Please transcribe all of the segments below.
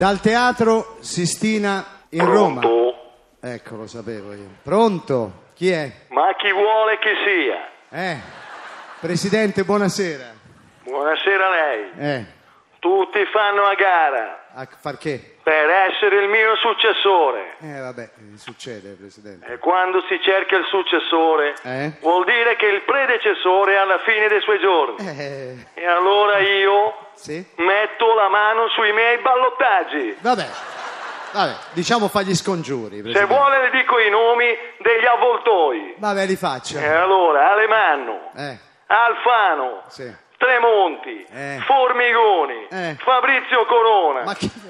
Dal Teatro Sistina in Roma. Ecco, lo sapevo io. Pronto? Chi è? Ma chi vuole che sia? Presidente, buonasera. Buonasera a lei. Tutti fanno a gara. A far che? Per essere il mio successore. Vabbè, succede, Presidente. E quando si cerca il successore, vuol dire che il predecessore è alla fine dei suoi giorni. E allora io metto la mano sui miei ballottaggi. Vabbè, diciamo fa gli scongiuri, Presidente. Se vuole le dico i nomi degli avvoltoi. Vabbè, li faccio. E allora, Alemanno, Alfano, Tremonti, Formigoni, Fabrizio Corona,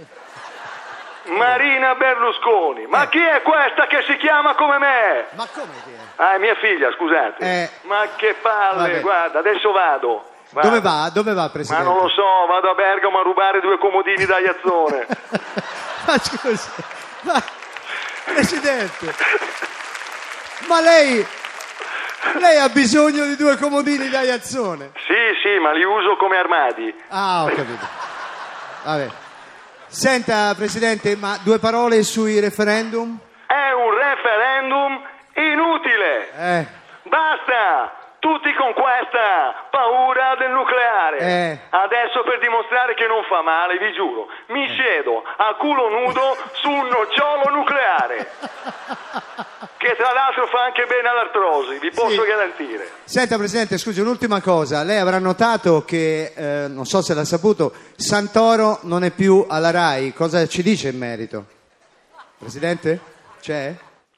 Marina Berlusconi. Ma chi è questa che si chiama come me? Ma come chi è? È mia figlia, scusate. Ma che palle, Vabbè. Guarda, adesso vado. Dove va, Presidente? Ma non lo so, vado a Bergamo a rubare 2 comodini da Iazzone. Ma scusi, Presidente, ma lei ha bisogno di 2 comodini da Iazzone? Sì, ma li uso come armadi. Ah, ho capito. Vabbè. Senta, Presidente, ma 2 parole sui referendum? È un referendum inutile. Basta! Tutti con questa paura del nucleare. Adesso, per dimostrare che non fa male, vi giuro, mi siedo a culo nudo su un nocciolo nucleare, che tra l'altro fa anche bene all'artrosi, vi posso garantire. Senta, Presidente, scusi, un'ultima cosa. Lei avrà notato che, non so se l'ha saputo, Santoro non è più alla RAI. Cosa ci dice in merito? Presidente? C'è?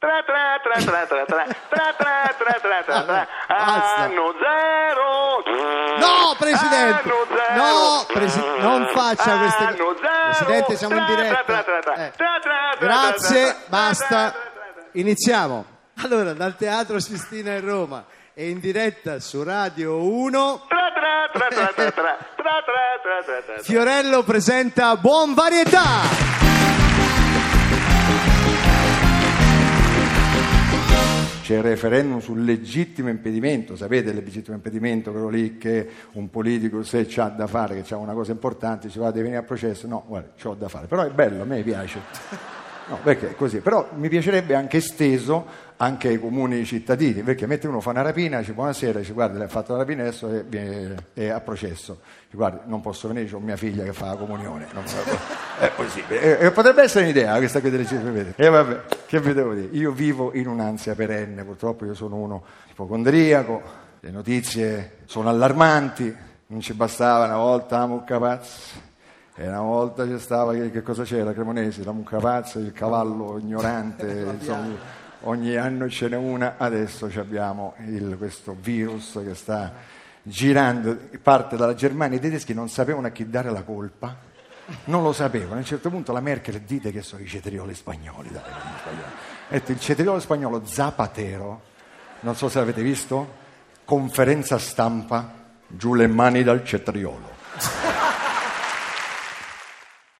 Anno zero. No, Presidente. No, non faccia queste cose. Presidente, siamo in diretta. Grazie, basta. Iniziamo. Allora, dal Teatro Sistina in Roma e in diretta su Radio 1. Fiorello presenta Buon Varietà. C'è il referendum sul legittimo impedimento, sapete il legittimo impedimento, quello lì che un politico, se c'ha da fare, che c'ha una cosa importante, ci va, deve venire a processo, no, guarda, c'ho da fare, però è bello, a me piace, no, perché è così, però mi piacerebbe anche esteso anche ai comuni cittadini, perché mentre uno fa una rapina, dice buonasera, dice guarda, l'hai fatto la rapina adesso è a processo, dice guarda, non posso venire, c'ho mia figlia che fa la comunione, è possibile, potrebbe essere un'idea questa qui delle cifre, e vabbè, che vi devo dire, io vivo in un'ansia perenne, purtroppo io sono uno ipocondriaco, le notizie sono allarmanti, non ci bastava una volta la mucca pazza, e una volta c'è stava, che cosa c'era, Cremonesi, la mucca pazza, il cavallo ignorante, insomma, ogni anno ce n'è una, adesso abbiamo questo virus che sta girando, parte dalla Germania, i tedeschi non sapevano a chi dare la colpa, non lo sapevano, a un certo punto la Merkel dite che sono i cetrioli spagnoli, il cetriolo spagnolo Zapatero, non so se l'avete visto, conferenza stampa, giù le mani dal cetriolo.